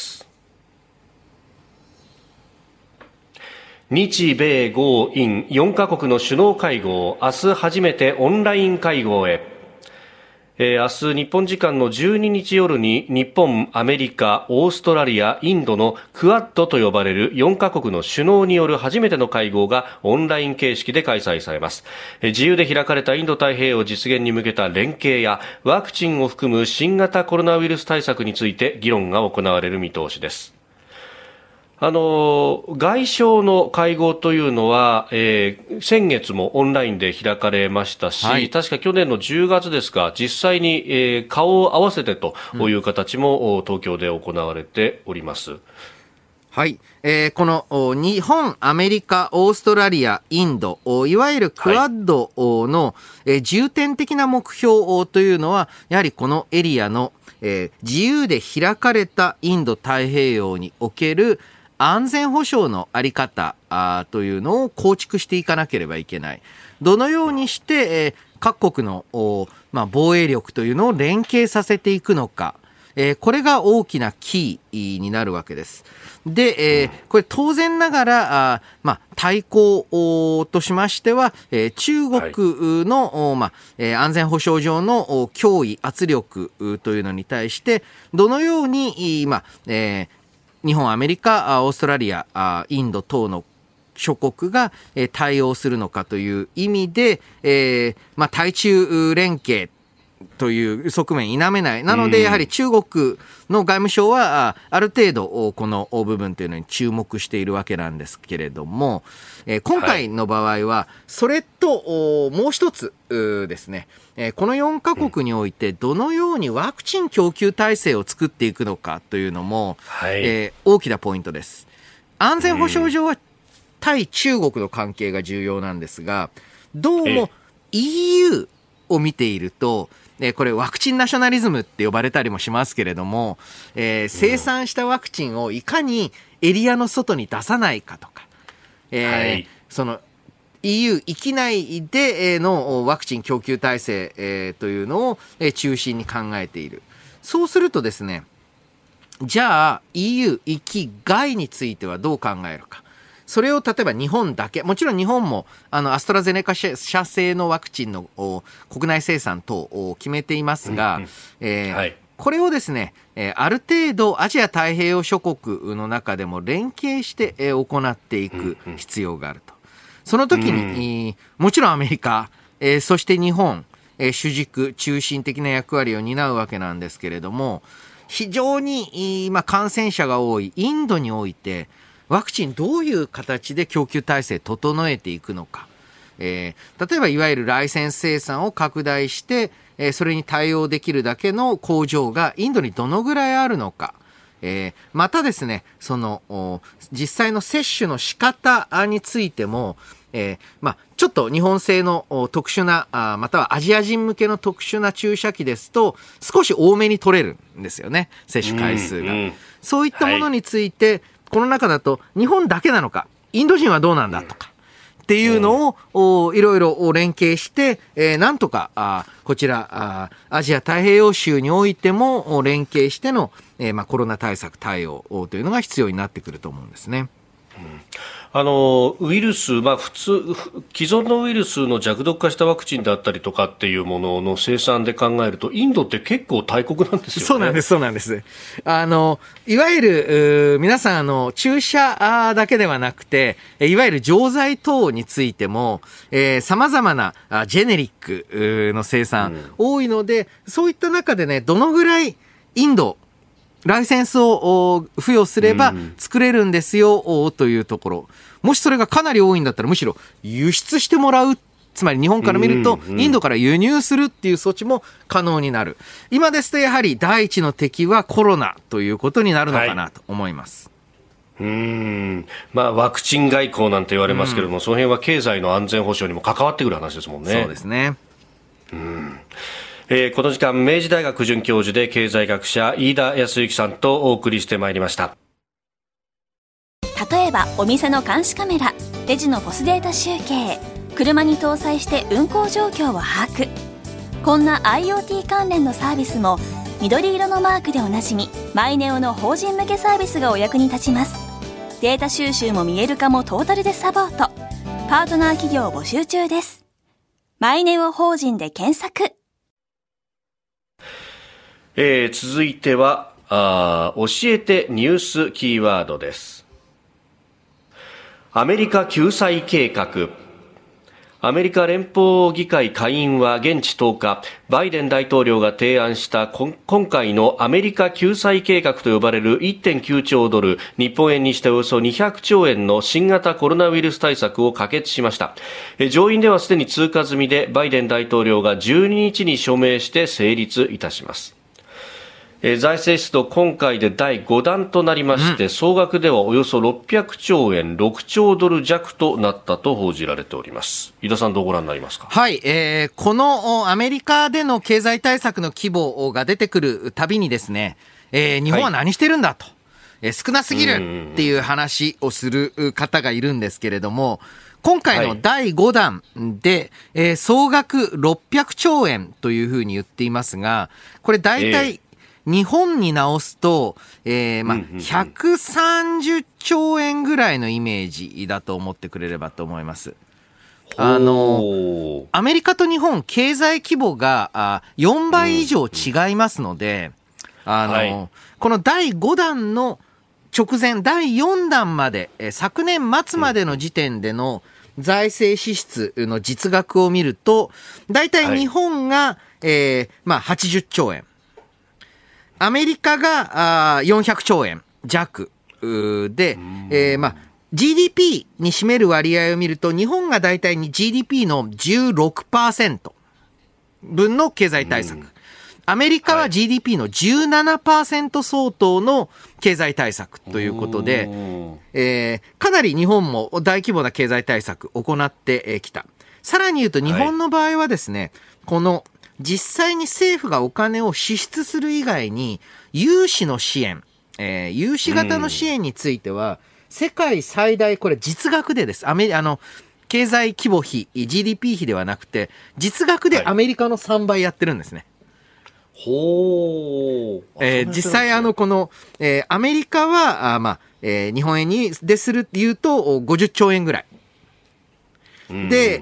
[SPEAKER 1] 日米豪印4カ国の首脳会合、明日初めてオンライン会合へ。明日日本時間の12日夜に日本、アメリカ、オーストラリア、インドのクアッドと呼ばれる4カ国の首脳による初めての会合がオンライン形式で開催されます。自由で開かれたインド太平洋実現に向けた連携やワクチンを含む新型コロナウイルス対策について議論が行われる見通しです。外相の会合というのは、先月もオンラインで開かれましたし、確か去年の10月ですが、実際に、顔を合わせてという形も、東京で行われております。
[SPEAKER 6] はい。この日本、アメリカ、オーストラリア、インド、いわゆるクアッドの、重点的な目標というのは、やはりこのエリアの、自由で開かれたインド太平洋における安全保障のあり方というのを構築していかなければいけない。どのようにして、各国の、防衛力というのを連携させていくのか。これが大きなキーになるわけです。で、これ当然ながら、対抗としましては、中国の、安全保障上の脅威、圧力というのに対して、どのように、日本、アメリカ、オーストラリア、インド等の諸国が対応するのかという意味で、対中連携という側面否めない。なので、やはり中国の外務省は、ある程度、この部分というのに注目しているわけなんですけれども、今回の場合は、それと、もう一つですね、この4カ国において、どのようにワクチン供給体制を作っていくのかというのも、大きなポイントです。安全保障上は、対中国の関係が重要なんですが、どうも EU を見ていると、これワクチンナショナリズムって呼ばれたりもしますけれども、生産したワクチンをいかにエリアの外に出さないかとか、その EU 域内でのワクチン供給体制というのを中心に考えている。そうするとですね、じゃあ EU 域外についてはどう考えるか。それを例えば日本だけ、もちろん日本もアストラゼネカ社製のワクチンの国内生産等を決めていますが、これをですね、ある程度アジア太平洋諸国の中でも連携して行っていく必要があると。その時に、もちろんアメリカ、そして日本、主軸、中心的な役割を担うわけなんですけれども、非常に感染者が多いインドにおいて、ワクチンどういう形で供給体制整えていくのか。例えばいわゆるライセンス生産を拡大して、それに対応できるだけの工場がインドにどのぐらいあるのか。またですね、その実際の接種の仕方についても、ちょっと日本製の特殊な、またはアジア人向けの特殊な注射器ですと少し多めに取れるんですよね、接種回数が。そういったものについて、この中だと日本だけなのか、インド人はどうなんだとかっていうのをいろいろ連携して、なんとかこちらアジア太平洋州においても連携しての、コロナ対策対応というのが必要になってくると思うんですね。
[SPEAKER 1] ウイルス、普通既存のウイルスの弱毒化したワクチンだったりとかっていうものの生産で考えると、インドって結構大国なんですよね。
[SPEAKER 6] そうなんです、そうなんです。いわゆる皆さん注射だけではなくて、いわゆる錠剤等についても様々なジェネリックの生産多いので、そういった中でね、どのぐらいインドライセンスを付与すれば作れるんですよというところ、もしそれがかなり多いんだったらむしろ輸出してもらう、つまり日本から見るとインドから輸入するっていう措置も可能になる。今ですとやはり第一の敵はコロナということになるのかなと思います。
[SPEAKER 1] ワクチン外交なんて言われますけれども、その辺は経済の安全保障にも関わってくる話ですもんね。
[SPEAKER 6] そうですね。
[SPEAKER 1] この時間、明治大学准教授で経済学者飯田康之さんとお送りしてまいりました。
[SPEAKER 7] 例えばお店の監視カメラ、レジのポスデータ集計、車に搭載して運行状況を把握。こんな IoT 関連のサービスも緑色のマークでおなじみマイネオの法人向けサービスがお役に立ちます。データ収集も見える化もトータルでサポート。パートナー企業募集中です。マイネオ法人で検索。
[SPEAKER 1] 続いては教えてニュースキーワードです。アメリカ救済計画。アメリカ連邦議会下院は現地10日、バイデン大統領が提案した今回のアメリカ救済計画と呼ばれる 1.9 兆ドル、日本円にしておよそ200兆円の新型コロナウイルス対策を可決しました。上院ではすでに通過済みで、バイデン大統領が12日に署名して成立いたします。財政出動今回で第5弾となりまして、総額ではおよそ600兆円、6兆ドル弱となったと報じられております。井田さん、どうご覧になりますか？
[SPEAKER 6] はい、このアメリカでの経済対策の規模が出てくるたびにですね、日本は何してるんだと、少なすぎるっていう話をする方がいるんですけれども、今回の第5弾で、総額600兆円というふうに言っていますが、これ大体、日本に直すと、130兆円ぐらいのイメージだと思ってくれればと思います。アメリカと日本、経済規模が4倍以上違いますので、この第5弾の直前第4弾まで、昨年末までの時点での財政支出の実額を見ると、だいたい日本が、80兆円。アメリカが400兆円弱で、GDP に占める割合を見ると、日本がだいたい GDP の 16% 分の経済対策。アメリカは GDP の 17% 相当の経済対策ということで、かなり日本も大規模な経済対策を行ってきた。さらに言うと日本の場合はですね、この実際に政府がお金を支出する以外に融資の支援、融資型の支援については世界最大、これ実額でです。経済規模比、GDP 比ではなくて実額でアメリカの3倍やってるんですね。実際この、アメリカは日本円にでするっていうと50兆円ぐらいで、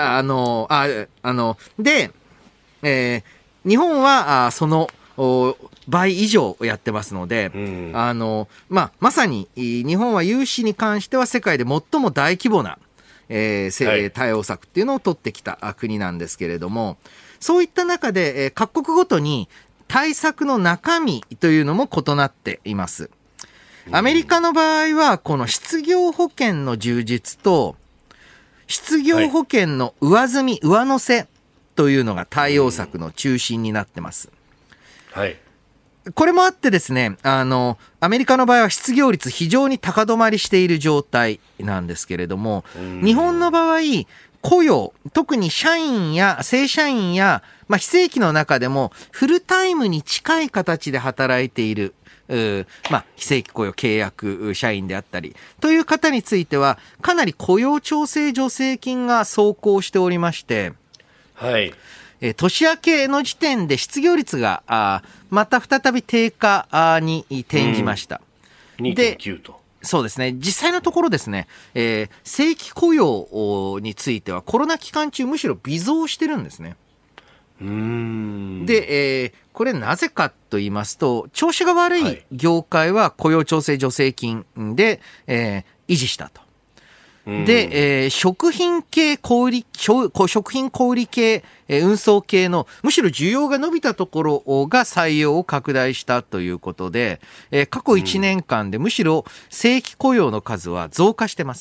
[SPEAKER 6] 日本はその倍以上やってますので、まさに日本は融資に関しては世界で最も大規模な、対応策っていうのを取ってきた国なんですけれども、そういった中で、各国ごとに対策の中身というのも異なっています。アメリカの場合は、この失業保険の充実と、失業保険の上乗せというのが対応策の中心になってます。
[SPEAKER 1] はい。
[SPEAKER 6] これもあってですね、アメリカの場合は失業率非常に高止まりしている状態なんですけれども、日本の場合、雇用、特に社員や正社員や、非正規の中でもフルタイムに近い形で働いている、非正規雇用契約社員であったりという方については、かなり雇用調整助成金が走行しておりまして、
[SPEAKER 1] はい。
[SPEAKER 6] 年明けの時点で失業率がまた再び低下に転じました。
[SPEAKER 1] 2.9 と。
[SPEAKER 6] そうですね。実際のところですね、正規雇用についてはコロナ期間中むしろ微増してるんですね。で、これなぜかと言いますと、調子が悪い業界は雇用調整助成金で、維持したと。で、食品小売系、運送系のむしろ需要が伸びたところが採用を拡大したということで、過去1年間でむしろ正規雇用の数は増加してます。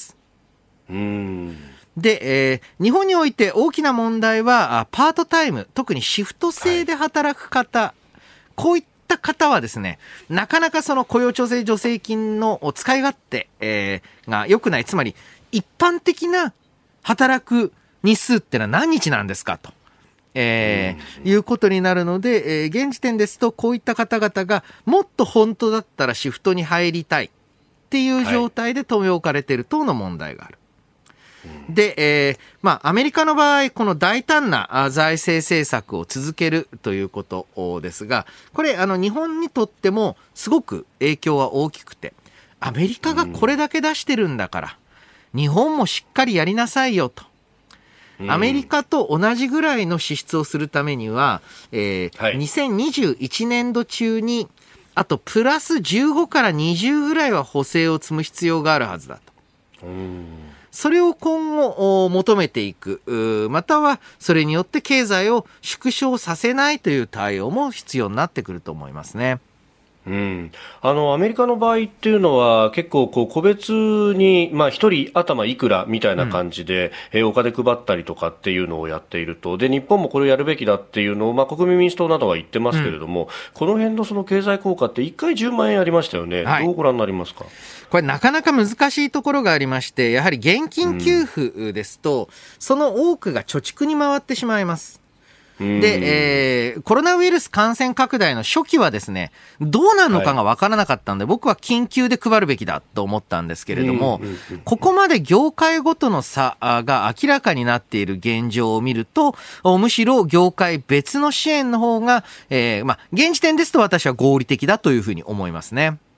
[SPEAKER 6] で、日本において大きな問題はパートタイム、特にシフト制で働く方、こういった方はですね、なかなかその雇用調整助成金の使い勝手、が良くない。つまり一般的な働く日数ってのは何日なんですかと、いうことになるので、現時点ですとこういった方々がもっと本当だったらシフトに入りたいっていう状態で留め置かれている等の問題がある。で、アメリカの場合、この大胆な財政政策を続けるということですが、これ日本にとってもすごく影響は大きくて、アメリカがこれだけ出してるんだから、日本もしっかりやりなさいよと。アメリカと同じぐらいの支出をするためには、2021年度中にあとプラス15から20ぐらいは補正を積む必要があるはずだと。それを今後求めていく、またはそれによって経済を縮小させないという対応も必要になってくると思いますね。
[SPEAKER 1] アメリカの場合っていうのは結構個別に一人頭いくらみたいな感じで、お金配ったりとかっていうのをやっていると。で、日本もこれをやるべきだっていうのを国民民主党などは言ってますけれども、この辺のその経済効果って1回10万円ありましたよね。どうご覧になりますか？
[SPEAKER 6] これなかなか難しいところがありまして、やはり現金給付ですと、その多くが貯蓄に回ってしまいます。で、コロナウイルス感染拡大の初期はですね、どうなるのかが分からなかったんで、僕は緊急で配るべきだと思ったんですけれども、ここまで業界ごとの差が明らかになっている現状を見ると、むしろ業界別の支援の方が、現時点ですと私は合理的だというふうに思いますね。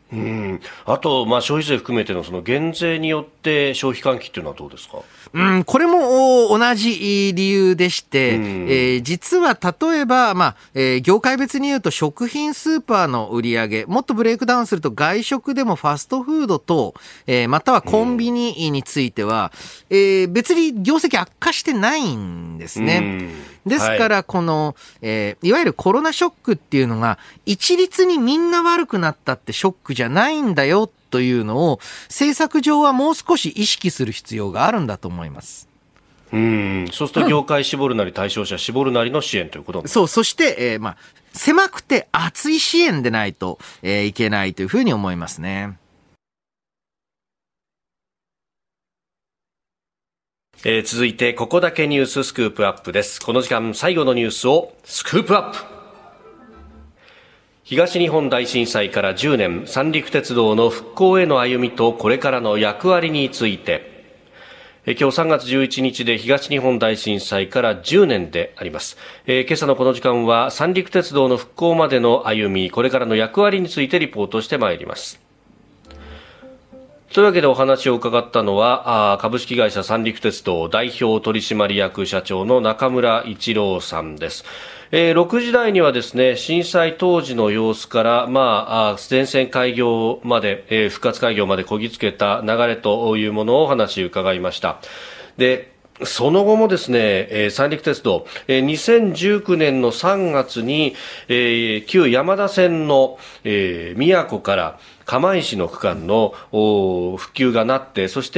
[SPEAKER 1] あと、消費税含めてのその減税によって消費喚起っていうのはどうですか？
[SPEAKER 6] これも同じ理由でして、実は例えば、業界別に言うと食品スーパーの売り上げ、もっとブレイクダウンすると外食でもファストフードと、またはコンビニについては、別に業績悪化してないんですね。ですから、この、いわゆるコロナショックっていうのが、一律にみんな悪くなったってショックじゃないんだよというのを、政策上はもう少し意識する必要があるんだと思います。
[SPEAKER 1] そうすると業界絞るなり対象者絞るなりの支援ということ
[SPEAKER 6] そう、そして、狭くて厚い支援でないと、いけないというふうに思いますね。
[SPEAKER 1] 続いてここだけニューススクープアップです。この時間最後のニュースをスクープアップ。東日本大震災から10年、三陸鉄道の復興への歩みとこれからの役割について、今日3月11日で東日本大震災から10年であります。今朝のこの時間は三陸鉄道の復興までの歩み、これからの役割についてリポートしてまいります。というわけでお話を伺ったのは株式会社三陸鉄道代表取締役社長の中村一郎さんです。6時台にはですね、震災当時の様子から全線開業まで、復活開業までこぎつけた流れというものをお話を伺いました。でその後もですね、三陸鉄道、2019年の3月に、旧山田線の、宮古から釜石の区間の復旧がなって、そして、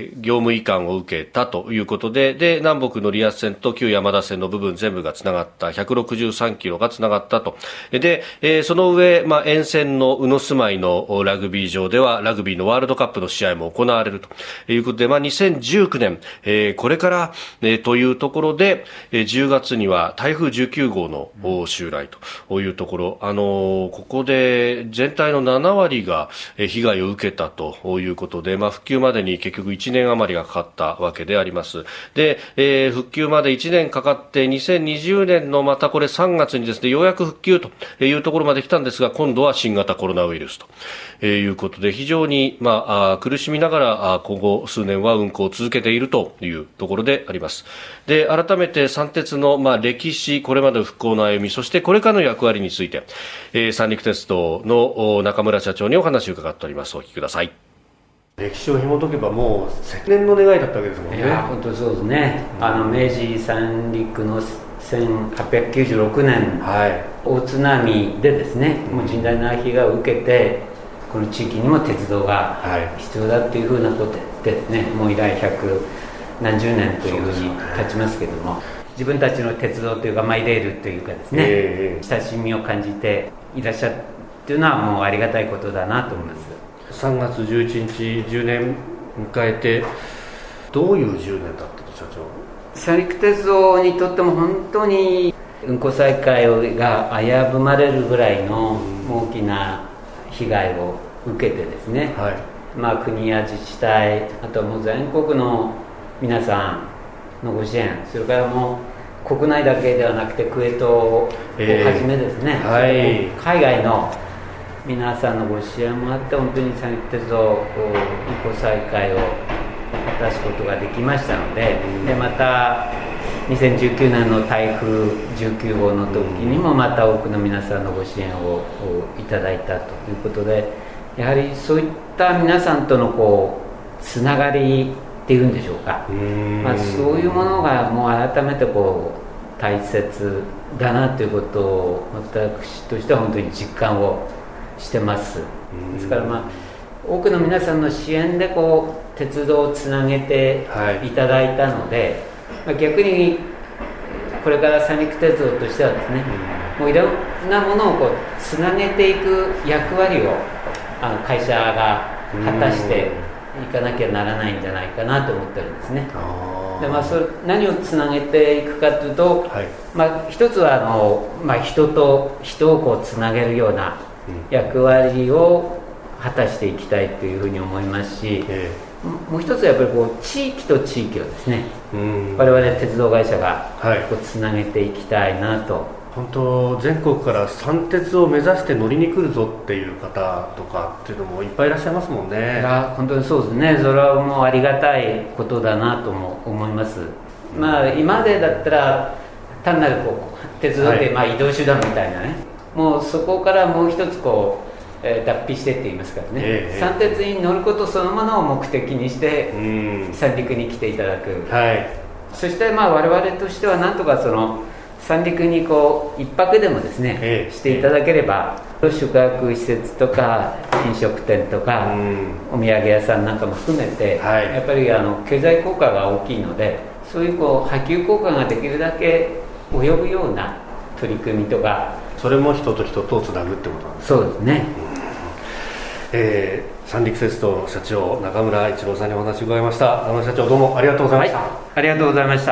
[SPEAKER 1] 業務移管を受けたということで、南北のリアス線と旧山田線の部分全部がつながった、163キロがつながったと。で、その上、沿線の宇野住まいのラグビー場では、ラグビーのワールドカップの試合も行われるということで、2019年、これから、というところで、10月には台風19号の襲来というところ、ここで全体の7割が被害を受けたということで、復旧までに結局1年余りがかかったわけであります。で、復旧まで1年かかって2020年のまたこれ3月にですね、ようやく復旧というところまで来たんですが、今度は新型コロナウイルスということで、非常に苦しみながら今後数年は運行を続けているというところであります。で、改めて三鉄の歴史、これまでの復興の歩み、そしてこれからの役割について、三陸鉄道の中村社長にお話を伺っております。お聞きください。歴史を紐解けばもう千年の願いだったわけですもんね。
[SPEAKER 5] いや本当そうですね。明治三陸の1896年、大津波でですね、もう甚大な被害を受けて、この地域にも鉄道が必要だというふうなことでですね、もう以来100何十年というふうに経ちますけれども、自分たちの鉄道というかマイレールというかですね、親しみを感じていらっしゃるというのはもうありがたいことだなと思います。
[SPEAKER 1] 3月11日10年迎えて、どういう10年だったと社長？
[SPEAKER 5] 三陸鉄道にとっても本当に運行再開が危ぶまれるぐらいの大きな被害を受けてですね、国や自治体、あとはもう全国の皆さんのご支援、それからもう国内だけではなくてクウェートをはじめですね、海外の皆さんのご支援もあって本当に三陸鉄道運行再開を果たすことができましたので、また2019年の台風19号の時にもまた多くの皆さんのご支援をいただいたということで、やはりそういった皆さんとのつながりっていうんでしょうか、そういうものがもう改めて大切だなということを私としては本当に実感をしてます。ですから多くの皆さんの支援で鉄道をつなげていただいたので、逆にこれから三陸鉄道としてはですね、もういろんなものをつなげていく役割を会社が果たしていかなきゃならないんじゃないかなと思ってるんですね。で何をつなげていくかというと、一つは人と人をつなげるような役割を果たしていきたいというふうに思いますし、もう一つはやっぱり地域と地域をですね、我々鉄道会社がつなげていきたいなと
[SPEAKER 1] 本当全国から三鉄を目指して乗りに来るぞっていう方とかっていうのもいっぱいいらっしゃいますもんね。
[SPEAKER 5] いや本当にそうですね。それはもうありがたいことだなとも思います。今までだったら単なる鉄道で移動手段みたいなね、もうそこからもう一つ脱皮してって言いますからね、三鉄に乗ることそのものを目的にして三陸に来ていただく、そして我々としてはなんとかその三陸に一泊でもですね、していただければ宿泊施設とか飲食店とか、お土産屋さんなんかも含めて、やっぱり経済効果が大きいので、そういう波及効果ができるだけ及ぶような取り組みとか、
[SPEAKER 1] それも人と人とをつなぐってことなんです
[SPEAKER 5] そうですね。
[SPEAKER 1] 三陸鉄道社長中村一郎さんにお話を伺いました。中村社長、どうもありがとうございました。
[SPEAKER 5] ありがとうございました。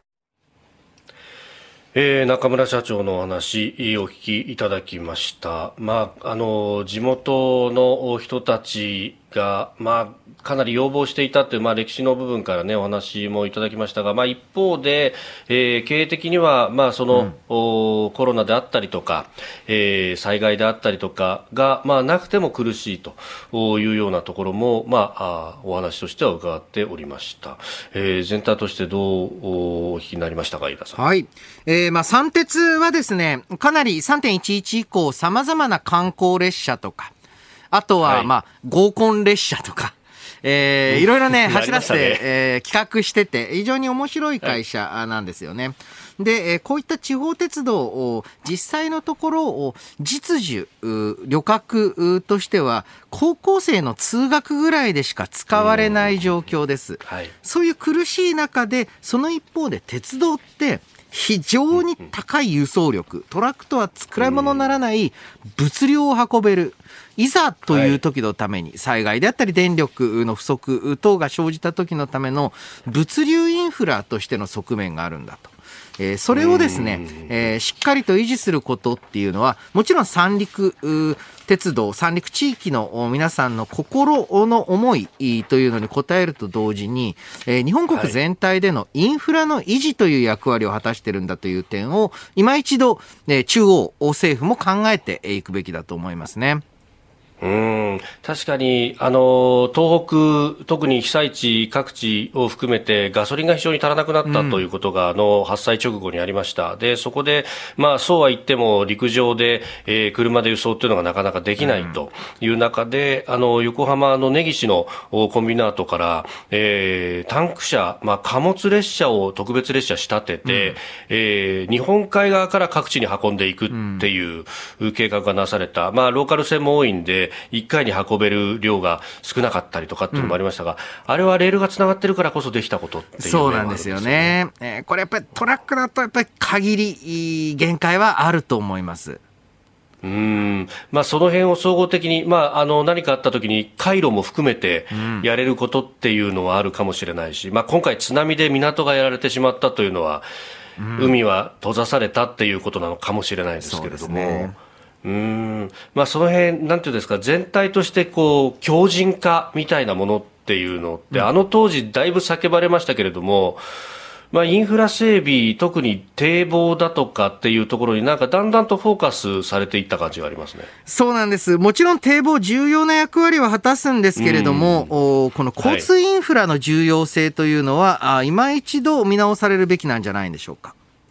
[SPEAKER 1] 中村社長のお話お聞きいただきました。地元の人たちがかなり要望していたという、歴史の部分からねお話もいただきましたが、一方で、経営的には、コロナであったりとか、災害であったりとかが、なくても苦しいというようなところも、お話としては伺っておりました。全体としてどうお聞きになりましたか、飯田さん。
[SPEAKER 6] はい。三鉄はですね、かなり 3.11 以降様々な観光列車とか、あとは合コン列車とか、いろいろね走らせて、企画してて非常に面白い会社なんですよね。で、こういった地方鉄道を実際のところを実需旅客としては高校生の通学ぐらいでしか使われない状況です。そういう苦しい中で、その一方で鉄道って非常に高い輸送力、トラックとは比べ物にならない物量を運べる。いざという時のために、災害であったり電力の不足等が生じた時のための物流インフラとしての側面があるんだと。それをですね、しっかりと維持することっていうのは、もちろん三陸鉄道、三陸地域の皆さんの心の思いというのに応えると同時に、日本国全体でのインフラの維持という役割を果たしているんだという点を、今一度、中央政府も考えていくべきだと思いますね。
[SPEAKER 1] 確かに東北、特に被災地各地を含めてガソリンが非常に足らなくなったということが、発災直後にありました。でそこで、そうは言っても陸上で、車で輸送というのがなかなかできないという中で、横浜の根岸のコンビナートから、タンク車、貨物列車を特別列車仕立てて、日本海側から各地に運んでいくっていう計画がなされた。ローカル線も多いんで1回に運べる量が少なかったりとかっていうのもありましたが、あれはレールがつながってるからこそできたことっていう、
[SPEAKER 6] そうなんですよね。これやっぱりトラックだとやっぱり限り限界はあると思います。
[SPEAKER 1] その辺を総合的に、何かあった時に回路も含めてやれることっていうのはあるかもしれないし、今回津波で港がやられてしまったというのは、海は閉ざされたっていうことなのかもしれないですけれども、その辺なんていうんですか、全体として強靭化みたいなものっていうのって、当時だいぶ叫ばれましたけれども、インフラ整備、特に堤防だとかっていうところにだんだんとフォーカスされていった感じがありますね。
[SPEAKER 6] そうなんです。もちろん堤防重要な役割を果たすんですけれども、この交通インフラの重要性というのは、今一度見直されるべきなんじゃないんでしょうか。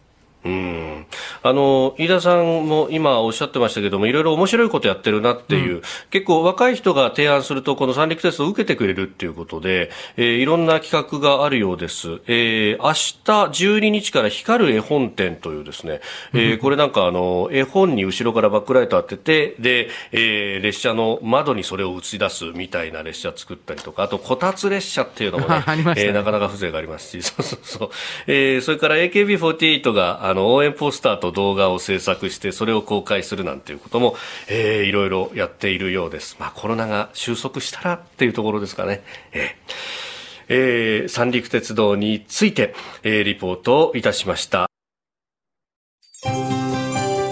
[SPEAKER 1] 飯田さんも今おっしゃってましたけども、いろいろ面白いことやってるなっていう、結構若い人が提案するとこの三陸鉄道を受けてくれるっていうことで、いろんな企画があるようです。明日12日から光る絵本展というですね、これ絵本に後ろからバックライト当てて、で、列車の窓にそれを映し出すみたいな列車作ったりとか、あとこたつ列車っていうのもねなかなか風情がありますし、それから AKB48 が応援ポスターと動画を制作してそれを公開するなんていうことも、いろいろやっているようです。コロナが収束したらっていうところですかね。三陸鉄道について、リポートをいたしました。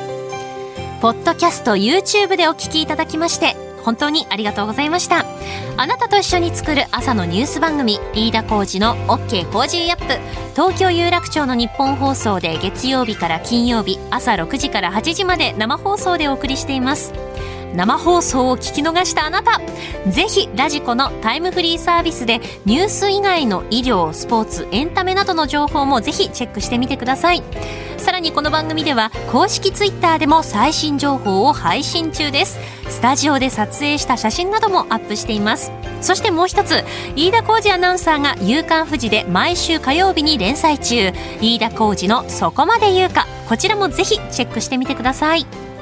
[SPEAKER 2] ポッドキャスト YouTube でお聞きいただきまして本当にありがとうございました。 あなたと一緒に作る朝のニュース番組、飯田浩司の OK コージーアップ。東京有楽町の日本放送で月曜日から金曜日朝6時から8時まで生放送でお送りしています。生放送を聞き逃したあなた、ぜひラジコのタイムフリーサービスでニュース以外の医療、スポーツ、エンタメなどの情報もぜひチェックしてみてください。さらにこの番組では公式ツイッターでも最新情報を配信中です。スタジオで撮影した写真などもアップしています。そしてもう一つ、飯田浩司アナウンサーが夕刊フジで毎週火曜日に連載中、飯田浩司のそこまで言うか、こちらもぜひチェックしてみてください。